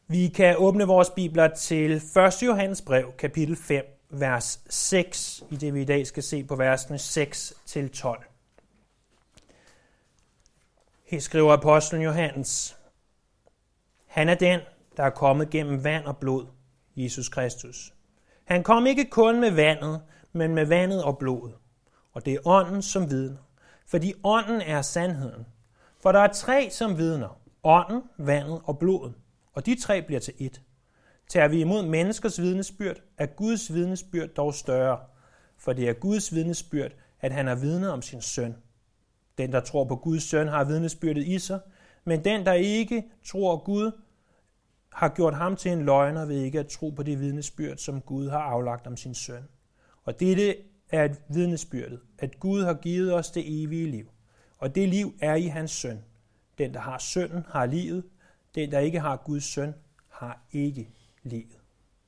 Vi kan åbne vores bibler til 1. Johannes brev, kapitel 5, vers 6, i det vi i dag skal se på versene 6-12. Her skriver apostlen Johannes: Han er den, der er kommet gennem vand og blod, Jesus Kristus. Han kom ikke kun med vandet, men med vandet og blodet. Og det er ånden, som vidner. Fordi ånden er sandheden. For der er 3, som vidner: ånden, vandet og blodet. Og de 3 bliver til ét. Tager vi imod menneskers vidnesbyrd, er Guds vidnesbyrd dog større. For det er Guds vidnesbyrd, at han har vidnet om sin søn. Den, der tror på Guds søn, har vidnesbyrdet i sig, men den, der ikke tror Gud, har gjort ham til en løgner ved ikke at tro på det vidnesbyrd, som Gud har aflagt om sin søn. Og dette er et vidnesbyrdet, at Gud har givet os det evige liv. Og det liv er i hans søn. Den, der har sønnen, har livet. Den, der ikke har Guds søn, har ikke livet.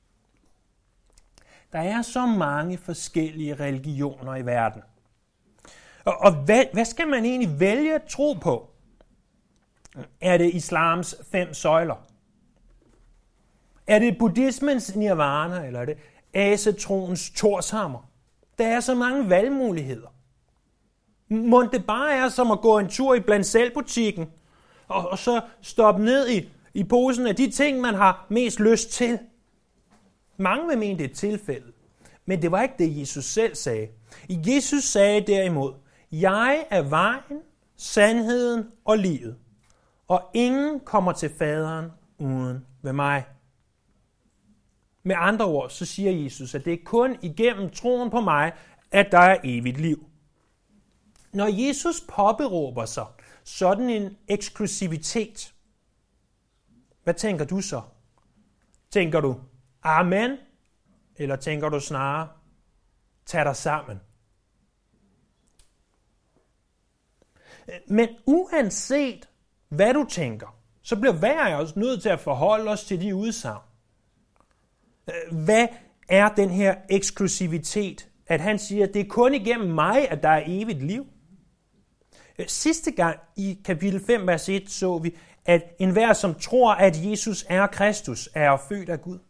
Der er så mange forskellige religioner i verden. Og hvad skal man egentlig vælge at tro på? Er det islams 5 søjler? Er det buddhismens nirvana, eller er det asetroens Thorshammer? Der er så mange valgmuligheder. Mon det bare er som at gå en tur i blandt selvbutikken, og så stoppe ned i posen af de ting, man har mest lyst til. Mange vil mene, det er tilfældet. Men det var ikke det, Jesus selv sagde. Jesus sagde derimod: Jeg er vejen, sandheden og livet, og ingen kommer til faderen uden ved mig. Med andre ord, så siger Jesus, at det er kun igennem troen på mig, at der er evigt liv. Når Jesus påberåber sig sådan en eksklusivitet, hvad tænker du så? Tænker du amen, eller tænker du snarere tag dig sammen? Men uanset hvad du tænker, så bliver hver af os nødt til at forholde os til de udsagn. Hvad er den her eksklusivitet, at han siger, at det er kun igennem mig, at der er evigt liv? Sidste gang i kapitel 5, vers 1, så vi, at enhver, som tror, at Jesus er Kristus, er født af Gud.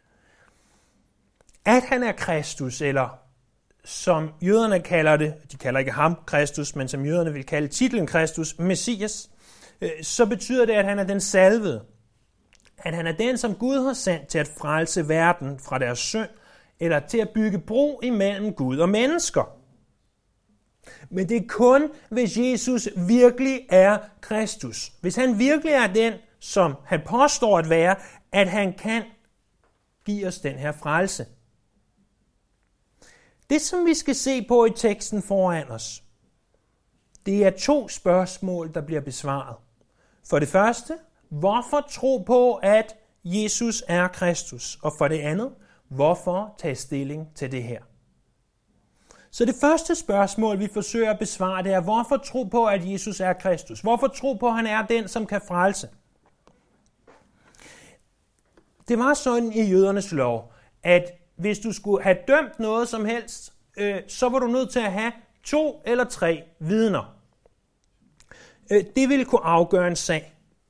At han er Kristus, eller som jøderne kalder det, de kalder ikke ham Kristus, men som jøderne vil kalde titlen Kristus, Messias, så betyder det, at han er den salvede. At han er den, som Gud har sendt til at frelse verden fra deres synd, eller til at bygge bro imellem Gud og mennesker. Men det er kun, hvis Jesus virkelig er Kristus. Hvis han virkelig er den, som han påstår at være, at han kan give os den her frelse. Det, som vi skal se på i teksten foran os, det er 2 spørgsmål, der bliver besvaret. For det første, hvorfor tro på, at Jesus er Kristus? Og for det andet, hvorfor tage stilling til det her? Så det første spørgsmål, vi forsøger at besvare, det er, hvorfor tro på, at Jesus er Kristus? Hvorfor tro på, at han er den, som kan frelse? Det var sådan i jødernes lov, at hvis du skulle have dømt noget som helst, så var du nødt til at have 2 eller 3 vidner. Det ville kunne afgøre en sag.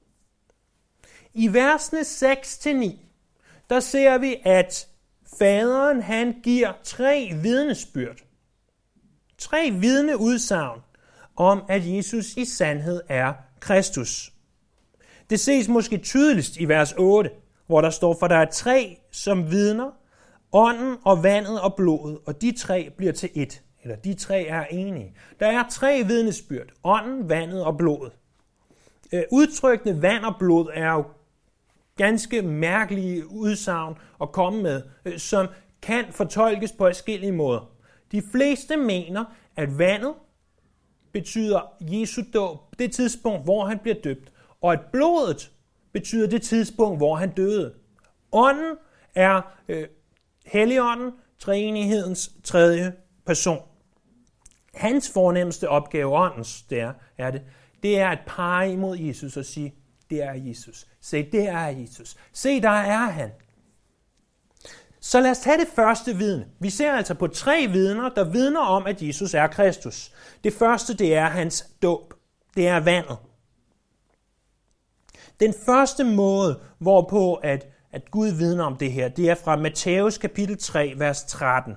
I versene 6-9, der ser vi, at faderen han giver 3 vidnesbyrd. 3 vidneudsagn om, at Jesus i sandhed er Kristus. Det ses måske tydeligst i vers 8, hvor der står, for der er 3, som vidner, ånden og vandet og blodet, og de 3 bliver til ét, eller de 3 er enige. Der er 3 vidnesbyrd, ånden, vandet og blodet. Udtrykkene vand og blod er jo ganske mærkelige udsagn at komme med, som kan fortolkes på forskellige måder. De fleste mener, at vandet betyder Jesu dåb, det tidspunkt, hvor han bliver døbt, og at blodet betyder det tidspunkt, hvor han døde. Ånden er Helligånden, treenighedens 3. person. Hans fornemmeste opgave, åndens, det er at pege imod Jesus og sige, det er Jesus. Se, det er Jesus. Se, der er han. Så lad os tage det første vidne. Vi ser altså på 3 vidner, der vidner om, at Jesus er Kristus. Det første, det er hans dåb. Det er vandet. Den første måde, hvorpå at Gud vidner om det her, det er fra Matthæus kapitel 3, vers 13.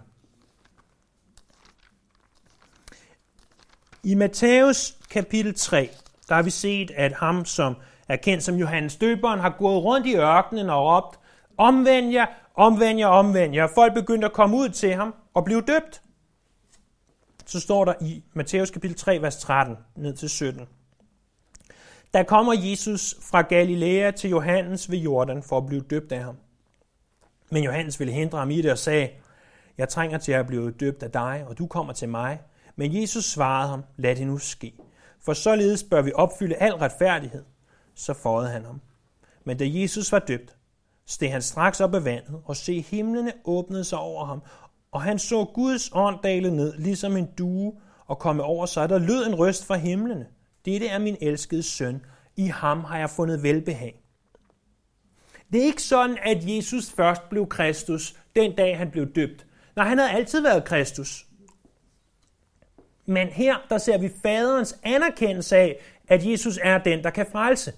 I Matthæus kapitel 3, der har vi set, at ham, som er kendt som Johannes Døberen, har gået rundt i ørkenen og råbt, omvend jer, omvend jer, omvend jer. Folk begyndte at komme ud til ham og blive døbt. Så står der i Matthæus kapitel 3, vers 13, ned til 17. Der kommer Jesus fra Galilea til Johannes ved Jordan for at blive døbt af ham. Men Johannes ville hindre ham i det og sagde, jeg trænger til at blive døbt af dig, og du kommer til mig. Men Jesus svarede ham, lad det nu ske. For således bør vi opfylde al retfærdighed. Så føjede han ham. Men da Jesus var døbt, steg han straks op af vandet, og se himlene åbnede sig over ham, og han så Guds ånd dale ned, ligesom en due, og komme over sig. Der lød en røst fra himlene. Dette er min elskede søn. I ham har jeg fundet velbehag. Det er ikke sådan, at Jesus først blev Kristus, den dag han blev døbt. Nej, han havde altid været Kristus. Men her, der ser vi faderens anerkendelse af, at Jesus er den, der kan frelse.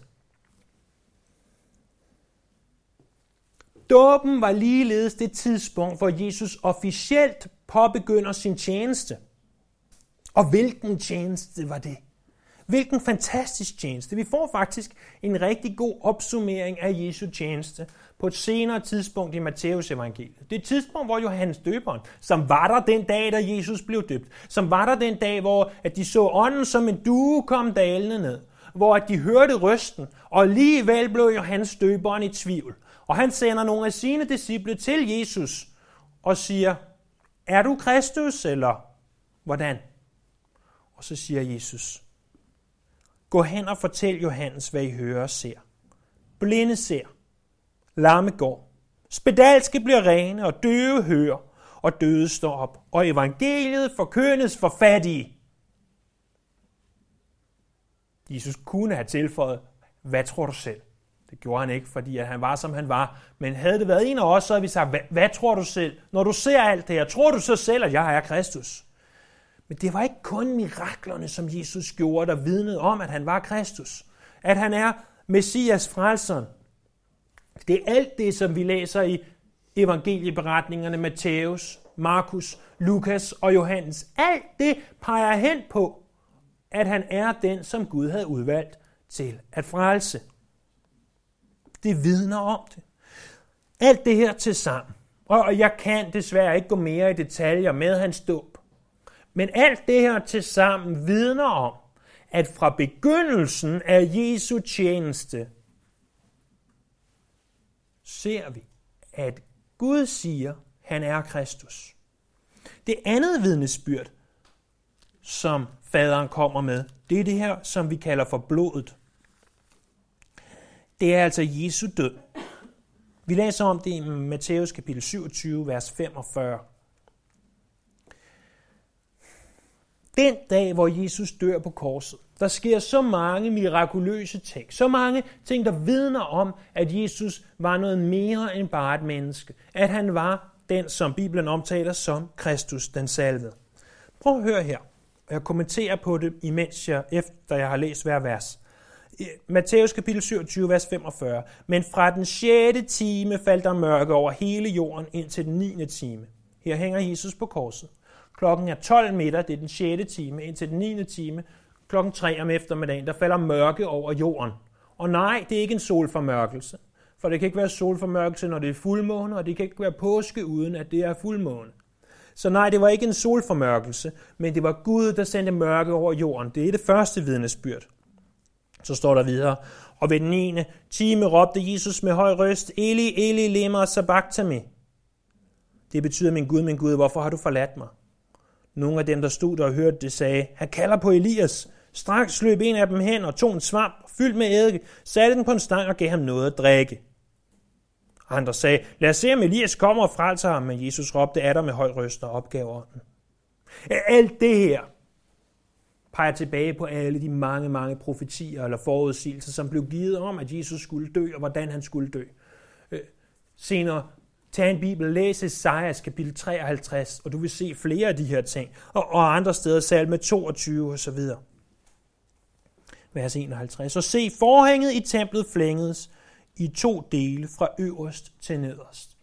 Dåben var ligeledes det tidspunkt, hvor Jesus officielt påbegynder sin tjeneste. Og hvilken tjeneste var det? Hvilken fantastisk tjeneste. Vi får faktisk en rigtig god opsummering af Jesu tjeneste på et senere tidspunkt i Matthæus evangeliet. Det er et tidspunkt, hvor Johannes Døberen, som var der den dag, da Jesus blev døbt, som var der den dag, hvor at de så ånden som en due kom dalende ned, hvor at de hørte røsten, og alligevel blev Johannes Døberen i tvivl. Og han sender nogle af sine disciple til Jesus og siger, er du Kristus, eller hvordan? Og så siger Jesus, gå hen og fortæl Johannes, hvad I hører og ser. Blinde ser, lamme går, spedalske bliver rene, og døve hører, og døde står op, og evangeliet forkyndes for fattige. Jesus kunne have tilføjet, hvad tror du selv? Det gjorde han ikke, fordi han var, som han var. Men havde det været en af os, så havde vi sagt, hvad tror du selv? Når du ser alt det her, tror du så selv, at jeg er Kristus? Men det var ikke kun miraklerne, som Jesus gjorde, der vidnede om, at han var Kristus. At han er Messias, frelseren. Det er alt det, som vi læser i evangelieberetningerne Matthæus, Markus, Lukas og Johannes. Alt det peger hen på, at han er den, som Gud havde udvalgt til at frelse. Det vidner om det. Alt det her til sammen. Og jeg kan desværre ikke gå mere i detaljer med hans dåb. Men alt det her til sammen vidner om, at fra begyndelsen af Jesu tjeneste, ser vi, at Gud siger, han er Kristus. Det andet vidnesbyrd, som faderen kommer med, det er det her, som vi kalder for blodet. Det er altså Jesu død. Vi læser om det i Matthæus kapitel 27, vers 45. Den dag, hvor Jesus dør på korset, der sker så mange mirakuløse ting. Så mange ting, der vidner om, at Jesus var noget mere end bare et menneske. At han var den, som Bibelen omtaler som Kristus, den salvede. Prøv at høre her. Jeg kommenterer på det, efter jeg har læst hver vers. Matthæus kapitel 27, vers 45. Men fra den 6. time faldt der mørke over hele jorden indtil den 9. time. Her hænger Jesus på korset. Klokken er 12 middag, det er den 6. time, indtil den 9. time. Klokken 3 om eftermiddagen, der falder mørke over jorden. Og nej, det er ikke en solformørkelse. For det kan ikke være solformørkelse, når det er fuldmåne, og det kan ikke være påske, uden at det er fuldmåne. Så nej, det var ikke en solformørkelse, men det var Gud, der sendte mørke over jorden. Det er det første vidnesbyrd. Så står der videre, og ved den 9. time råbte Jesus med høj røst, Eli, Eli, lema sabachthani. Det betyder, min Gud, hvorfor har du forladt mig? Nogle af dem, der stod der og hørte det, sagde, han kalder på Elias. Straks løb en af dem hen og tog en svamp, fyldt med eddike, satte den på en stang og gav ham noget at drikke. Andre sagde, lad os se, om Elias kommer og frelser ham, men Jesus råbte af der med høj røst og opgav ånden. Alt det her peger tilbage på alle de mange profetier eller forudsigelser, som blev givet om, at Jesus skulle dø, og hvordan han skulle dø. Senere, tag en bibel, læs Esajas kapitel 53, og du vil se flere af de her ting, og andre steder, salme 22 osv. vers 51. Så se, forhænget i templet flængedes i 2 dele fra øverst til nederst.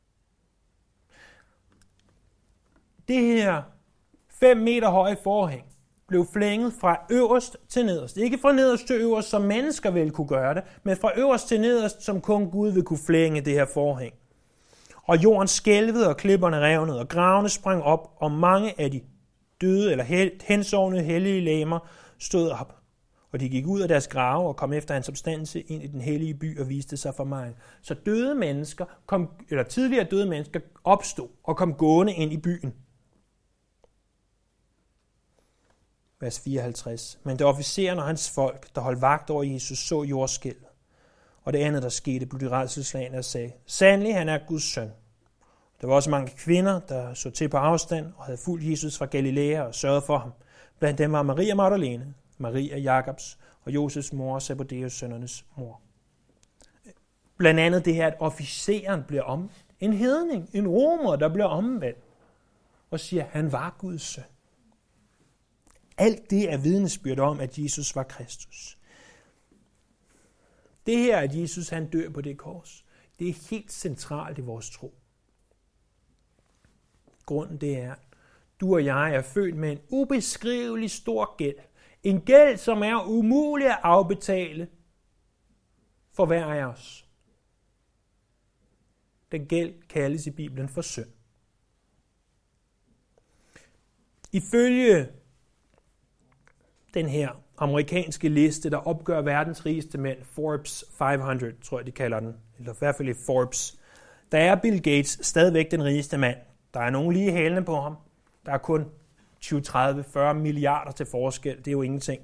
Det her 5 meter høje forhæng blev flænget fra øverst til nederst. Ikke fra nederst til øverst, som mennesker ville kunne gøre det, men fra øverst til nederst, som kun Gud vil kunne flænge det her forhæng. Og jorden skælvede, og klipperne revnede, og gravene sprang op, og mange af de døde eller hensovne hellige legemer stod op. Og de gik ud af deres grave og kom efter hans opstandelse ind i den hellige by og viste sig for mig. Så tidligere døde mennesker opstod og kom gående ind i byen. Vers 54. Men da officeren og hans folk, der holdt vagt over Jesus, så jordskælvet, og det andet, der skete, blev de rædselsslagne og sagde, sandelig, han er Guds søn. Der var også mange kvinder, der så til på afstand og havde fulgt Jesus fra Galilea og sørget for ham. Blandt dem var Maria Magdalene, Maria Jakobs og Josefs mor og Zebedeus sønnernes mor. Blandt andet det her, at officeren bliver omvendt. En hedning, en romer, der bliver omvendt og siger, at han var Guds søn. Alt det er vidnesbyrd om, at Jesus var Kristus. Det her, at Jesus han dør på det kors, det er helt centralt i vores tro. Grunden det er, at du og jeg er født med en ubeskrivelig stor gæld. En gæld, som er umulig at afbetale for hver af os. Den gæld kaldes i Bibelen for synd. Ifølge den her amerikanske liste, der opgør verdens rigeste mænd, Forbes 500, tror jeg de kalder den, eller i hvert fald i Forbes, der er Bill Gates stadigvæk den rigeste mand. Der er nogen lige hælende på ham. Der er kun 20, 30, 40 milliarder til forskel. Det er jo ingenting.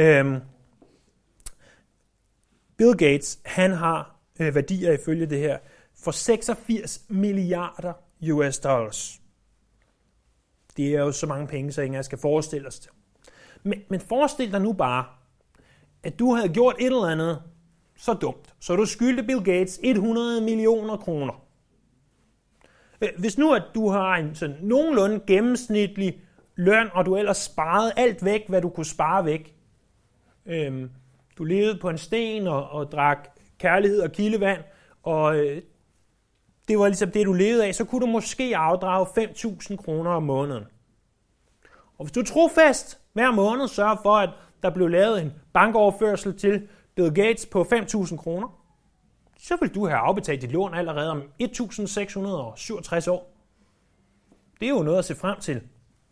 Bill Gates, han har værdier ifølge det her for 86 milliarder US dollars. Det er jo så mange penge, så ingen af os skal forestille os det. Men forestil dig nu bare, at du havde gjort et eller andet så dumt, så du skyldte Bill Gates 100 millioner kroner. Hvis nu, at du har en sådan nogenlunde gennemsnitlig løn, og du ellers sparede alt væk, hvad du kunne spare væk. Du levede på en sten og drak kærlighed og kildevand, og det var ligesom det, du levede af, så kunne du måske afdrage 5.000 kroner om måneden. Og hvis du trofast hver måned sørger for, at der blev lavet en bankoverførsel til Bill Gates på 5.000 kroner, så vil du have afbetalt dit lån allerede om 1.667 år. Det er jo noget at se frem til.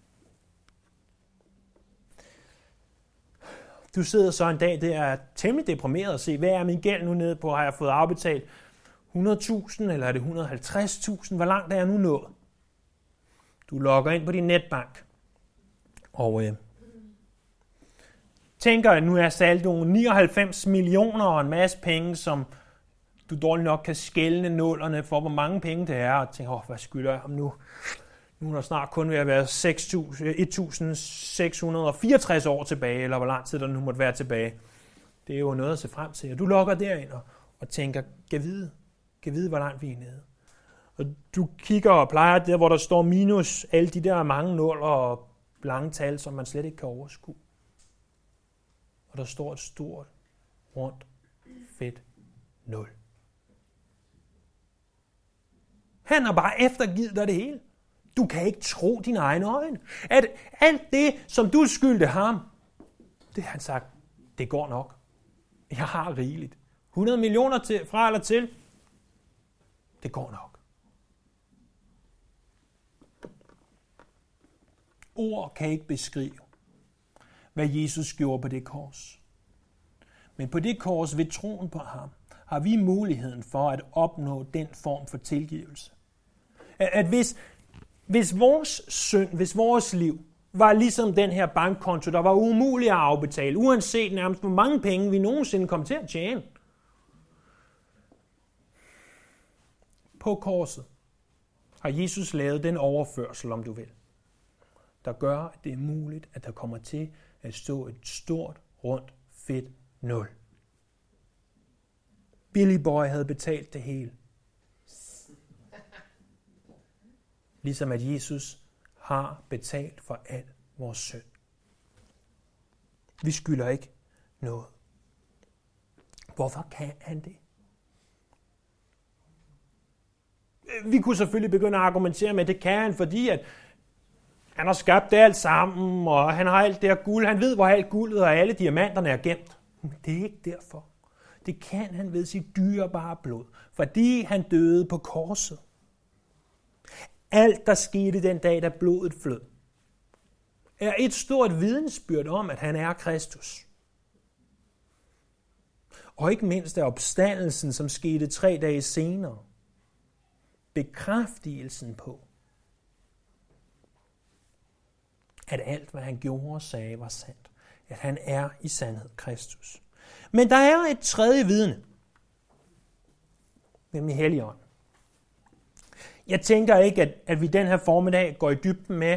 Du sidder så en dag der er temmelig deprimeret og siger, hvad er min gæld nu nede på? Har jeg fået afbetalt 100.000 eller er det 150.000? Hvor langt er jeg nu nået? Du logger ind på din netbank og tænker, at nu er saldoen 99 millioner og en masse penge, som du dårligt nok kan skelne nullerne for, hvor mange penge det er, og tænker, hvad skylder jeg ham nu? Nu er der snart kun ved at være 1.664 år tilbage, eller hvor lang tid der nu måtte være tilbage. Det er jo noget at se frem til. Og du logger derind og tænker, kan vide, hvor langt vi er nede. Og du kigger og plejer der, hvor der står minus alle de der mange nuller og lange tal, som man slet ikke kan overskue. Og der står et stort, rundt, fedt 0. Han har bare eftergivet dig det hele. Du kan ikke tro dine egne øjne. At alt det, som du skyldte ham, det har han sagt, det går nok. Jeg har rigeligt. 100 millioner til, fra eller til, det går nok. Ord kan ikke beskrive, hvad Jesus gjorde på det kors. Men på det kors ved troen på ham, har vi muligheden for at opnå den form for tilgivelse. At hvis vores synd, hvis vores liv var ligesom den her bankkonto, der var umulig at afbetale, uanset nærmest hvor mange penge vi nogensinde kom til at tjene. På korset har Jesus lavet den overførsel, om du vil, der gør, at det er muligt, at der kommer til at stå et stort, rundt, fedt 0. Billy Boy havde betalt det hele. Ligesom at Jesus har betalt for al vores synd. Vi skylder ikke noget. Hvorfor kan han det? Vi kunne selvfølgelig begynde at argumentere med, at det kan han, fordi at han har skabt det alt sammen, og han har alt det her guld. Han ved, hvor alt guldet og alle diamanterne er gemt. Men det er ikke derfor. Det kan han ved sit dyrebare blod, fordi han døde på korset. Alt, der skete den dag, da blodet flød, er et stort vidnesbyrd om, at han er Kristus. Og ikke mindst er opstandelsen, som skete 3 dage senere, bekræftelsen på, at alt, hvad han gjorde og sagde, var sandt. At han er i sandhed Kristus. Men der er et tredje vidne, nemlig Helligånden. Jeg tænker ikke, at vi den her formiddag går i dybden med,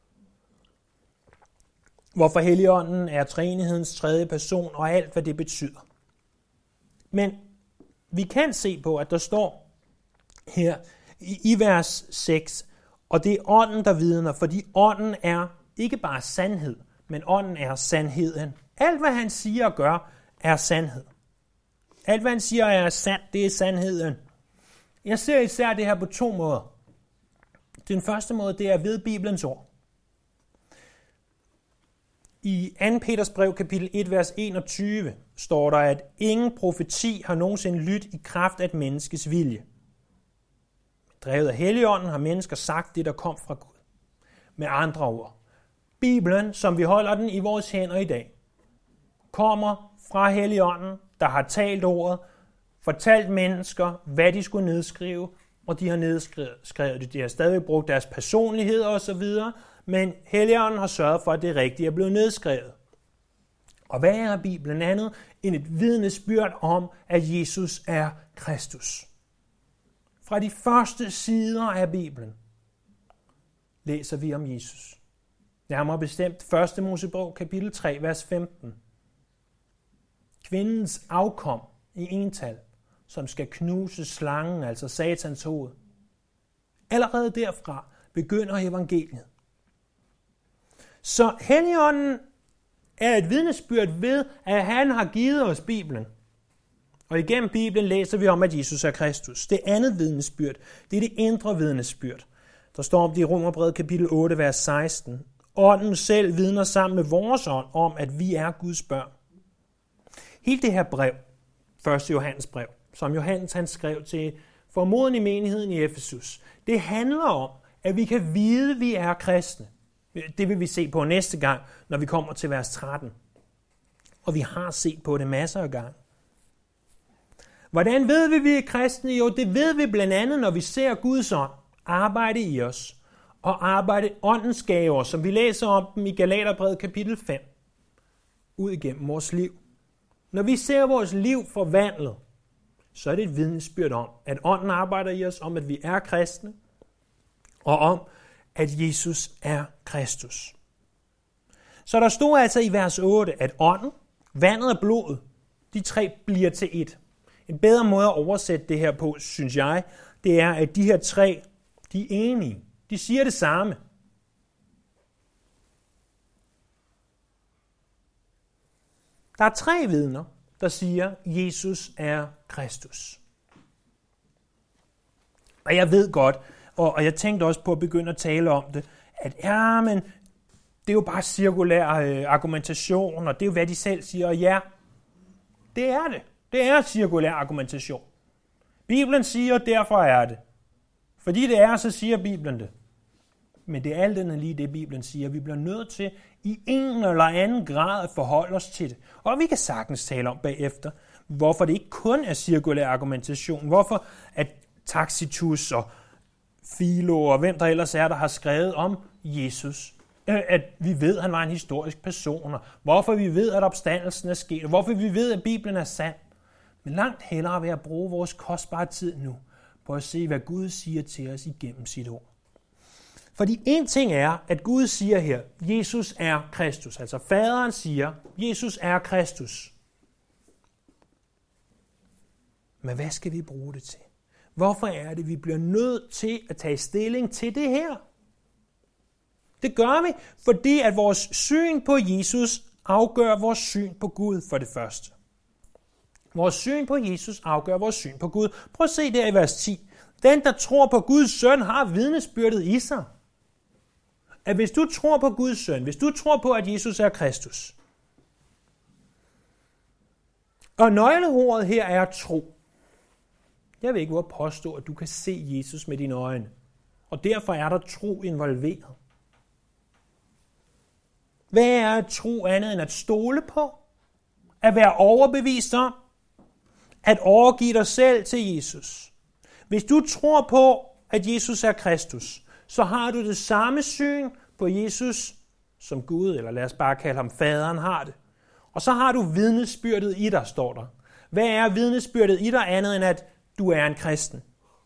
hvorfor Helligånden er treenighedens tredje person og alt, hvad det betyder. Men vi kan se på, at der står her i vers 6, og det er ånden, der vidner, fordi ånden er ikke bare sandhed, men ånden er sandheden. Alt, hvad han siger og gør, er sandhed. Alt, hvad han siger er sandt, det er sandheden. Jeg ser især det her på 2 måder. Den første måde, det er ved Bibelens ord. I 2. Peters brev, kapitel 1, vers 21, står der, at ingen profeti har nogensinde lydt i kraft af et menneskes vilje. Drevet af Helligånden har mennesker sagt det, der kom fra Gud. Med andre ord, Bibelen, som vi holder den i vores hænder i dag, kommer fra Helligånden, der har talt ordet, fortalt mennesker, hvad de skulle nedskrive, og de har nedskrevet det. De har stadig brugt deres personlighed osv., men Helligånden har sørget for, at det rigtige er blevet nedskrevet. Og hvad er Bibelen andet end et vidnesbyrd om, at Jesus er Kristus? Fra de første sider af Bibelen læser vi om Jesus. Nærmere bestemt 1. Mosebog, kapitel 3, vers 15. Kvindens afkom i ental, som skal knuse slangen, altså Satans hoved. Allerede derfra begynder evangeliet. Så Helligånden er et vidnesbyrd ved, at han har givet os Bibelen. Og igennem Bibelen læser vi om, at Jesus er Kristus. Det andet vidnesbyrd, det er det indre vidnesbyrd. Der står om det i Romerbrevet kapitel 8, vers 16. Ånden selv vidner sammen med vores ånd om, at vi er Guds børn. Hele det her brev, 1. Johannes brev, som Johannes han skrev til formodentlig menigheden i Efesus, det handler om, at vi kan vide, at vi er kristne. Det vil vi se på næste gang, når vi kommer til vers 13. Og vi har set på det masser af gange. Hvordan ved vi, at vi er kristne? Jo, det ved vi blandt andet, når vi ser Guds ånd arbejde i os, og arbejde åndens gaver, som vi læser om dem i Galaterbrevet kapitel 5, ud igennem vores liv. Når vi ser vores liv forvandlet, så er det et vidnesbyrd om, at ånden arbejder i os, om at vi er kristne, og om, at Jesus er Kristus. Så der stod altså i vers 8, at ånden, vandet og blodet, de 3 bliver til ét. En bedre måde at oversætte det her på, synes jeg, det er, at de her 3, de er enige. De siger det samme. Der er 3 vidner, der siger, at Jesus er Kristus. Og jeg ved godt, og jeg tænkte også på at begynde at tale om det, at men det er jo bare cirkulær argumentation, og det er jo, hvad de selv siger, og ja, det er det. Det er cirkulær argumentation. Bibelen siger, derfor er det. Fordi det er, så siger Bibelen det. Men det er alt andet lige det, Bibelen siger. Vi bliver nødt til i en eller anden grad at forholde os til det. Og vi kan sagtens tale om bagefter, hvorfor det ikke kun er cirkulær argumentation. Hvorfor at Tacitus og Philo og hvem der ellers er, der har skrevet om Jesus, at vi ved, at han var en historisk person, og hvorfor vi ved, at opstandelsen er sket, og hvorfor vi ved, at Bibelen er sand. Men langt hellere ved at bruge vores kostbare tid nu på at se, hvad Gud siger til os igennem sit ord. Fordi en ting er, at Gud siger her, Jesus er Kristus. Altså faderen siger, Jesus er Kristus. Men hvad skal vi bruge det til? Hvorfor er det, vi bliver nødt til at tage stilling til det her? Det gør vi, fordi at vores syn på Jesus afgør vores syn på Gud for det første. Vores syn på Jesus afgør vores syn på Gud. Prøv at se der i vers 10. Den, der tror på Guds søn, har vidnesbyrdet i sig. At hvis du tror på Guds søn, hvis du tror på, at Jesus er Kristus, og nøgleordet her er tro. Jeg vil ikke våge påstå, at du kan se Jesus med dine øjne, og derfor er der tro involveret. Hvad er at tro andet end at stole på? At være overbevist om? At overgive dig selv til Jesus? Hvis du tror på, at Jesus er Kristus, så har du det samme syn på Jesus, som Gud, eller lad os bare kalde ham faderen, har det. Og så har du vidnesbyrdet i dig, står der. Hvad er vidnesbyrdet i dig andet end at du er en kristen?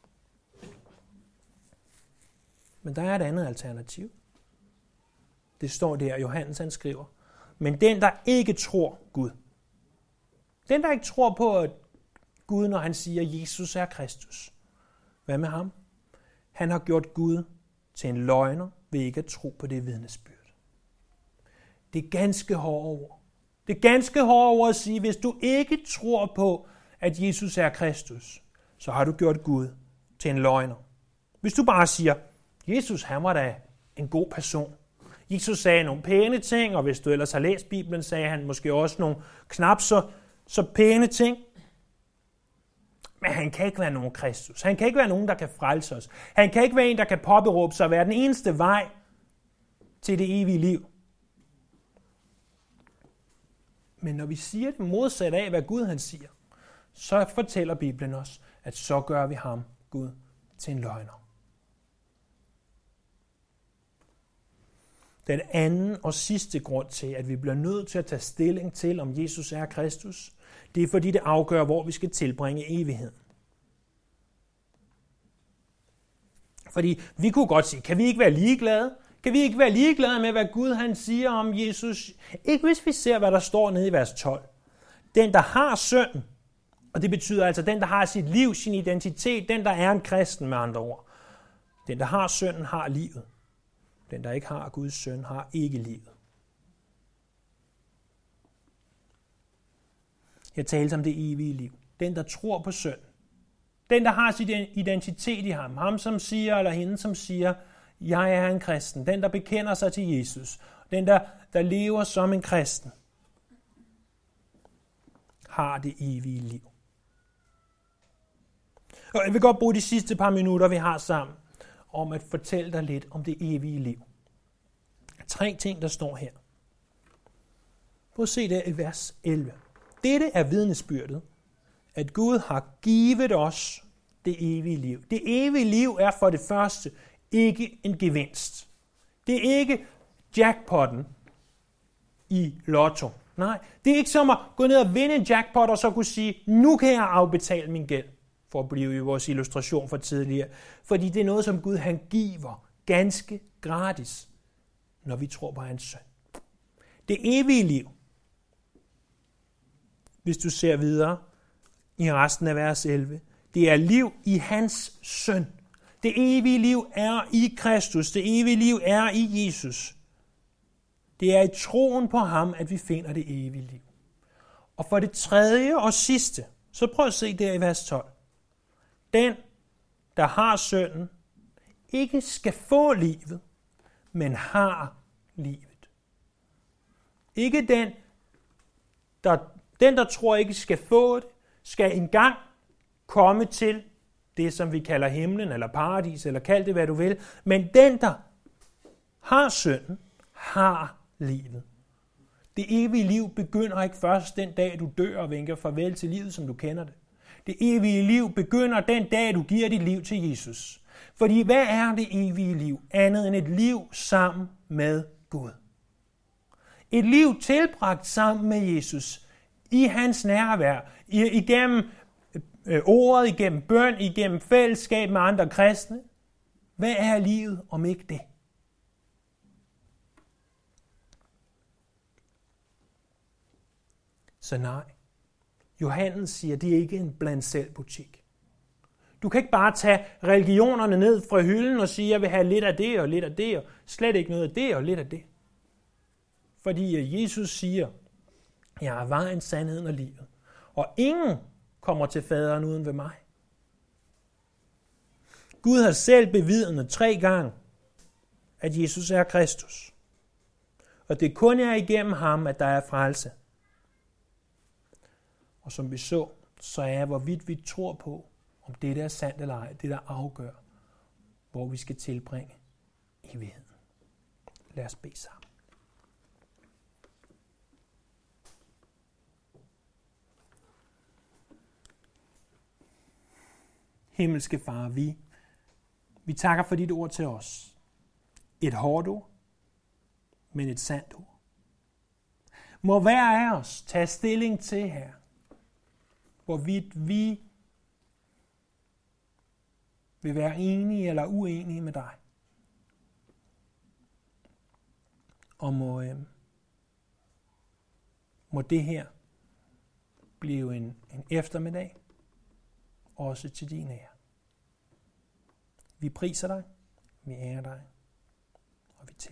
Men der er et andet alternativ. Det står der, Johannes han skriver. Men den, der ikke tror Gud. Den, der ikke tror på at Gud, når han siger, at Jesus er Kristus. Hvad med ham? Han har gjort Gud til en løgner ved ikke at tro på det vidnesbyrd. Det er ganske hårde ord. Det er ganske hårde ord at sige, hvis du ikke tror på, at Jesus er Kristus, så har du gjort Gud til en løgner. Hvis du bare siger, Jesus han var da en god person. Jesus sagde nogle pæne ting, og hvis du ellers har læst Bibelen, sagde han måske også nogle knap så pæne ting. Men han kan ikke være nogen Kristus. Han kan ikke være nogen, der kan frelse os. Han kan ikke være en, der kan påberåbe sig at være den eneste vej til det evige liv. Men når vi siger det modsat af, hvad Gud han siger, så fortæller Bibelen os, at så gør vi ham, Gud, til en løgner. Den anden og sidste grund til, at vi bliver nødt til at tage stilling til, om Jesus er Kristus, det er fordi det afgør, hvor vi skal tilbringe evigheden. Fordi vi kunne godt sige, kan vi ikke være ligeglade? Kan vi ikke være ligeglade med, hvad Gud han siger om Jesus? Ikke hvis vi ser, hvad der står nede i vers 12. Den, der har synden, og det betyder altså den, der har sit liv, sin identitet, den, der er en kristen med andre ord. Den, der har synden, har livet. Den, der ikke har Guds søn, har ikke livet. Jeg talte om det evige liv. Den, der tror på søn. Den, der har sin identitet i ham. Ham, som siger, eller hende, som siger, jeg er en kristen. Den, der bekender sig til Jesus. Den, der lever som en kristen. Har det evige liv. Og jeg vil godt bruge de sidste par minutter, vi har sammen, om at fortælle dig lidt om det evige liv. 3 ting, der står her. Prøv at se der i vers 11. Dette er vidnesbyrdet, at Gud har givet os det evige liv. Det evige liv er for det første ikke en gevinst. Det er ikke jackpotten i lotto. Nej, det er ikke som at gå ned og vinde en jackpot og så kunne sige, nu kan jeg afbetale min gæld, for at blive i vores illustration fra tidligere. Fordi det er noget, som Gud han giver ganske gratis, når vi tror på hans søn. Det evige liv, hvis du ser videre i resten af vers 11, det er liv i hans søn. Det evige liv er i Kristus. Det evige liv er i Jesus. Det er i troen på ham, at vi finder det evige liv. Og for det tredje og sidste, så prøv at se der i vers 12. Den, der har synden, ikke skal få livet, men har livet. Ikke den, der tror ikke skal få det, skal engang komme til det, som vi kalder himlen, eller paradis, eller kald det, hvad du vil. Men den, der har synden, har livet. Det evige liv begynder ikke først den dag, du dør og vinker farvel til livet, som du kender det. Det evige liv begynder den dag, du giver dit liv til Jesus. Fordi hvad er det evige liv? Andet end et liv sammen med Gud. Et liv tilbragt sammen med Jesus i hans nærvær, igennem ordet, igennem bøn, igennem fællesskab med andre kristne. Hvad er livet om ikke det? Så nej. Johannes siger, det er ikke en bland selv butik. Du kan ikke bare tage religionerne ned fra hylden og sige, jeg vil have lidt af det og lidt af det, og slet ikke noget af det og lidt af det. Fordi Jesus siger, jeg er vejen, sandheden og livet. Og ingen kommer til faderen uden ved mig. Gud har selv bevidnet 3 gange, at Jesus er Kristus. Og det kun er igennem ham, at der er frelse. Og som vi så er hvorvidt vi tror på, om det der er sandt eller ej, det der afgør, hvor vi skal tilbringe evigheden. Lad os bede sammen. Himmelske Far, vi takker for dit ord til os. Et hårdt ord, men et sandt ord. Må hver af os tage stilling til her, hvorvidt vi vil være enige eller uenige med dig. Og må det her blive en eftermiddag, også til din ære. Vi priser dig, vi ærer dig, og vi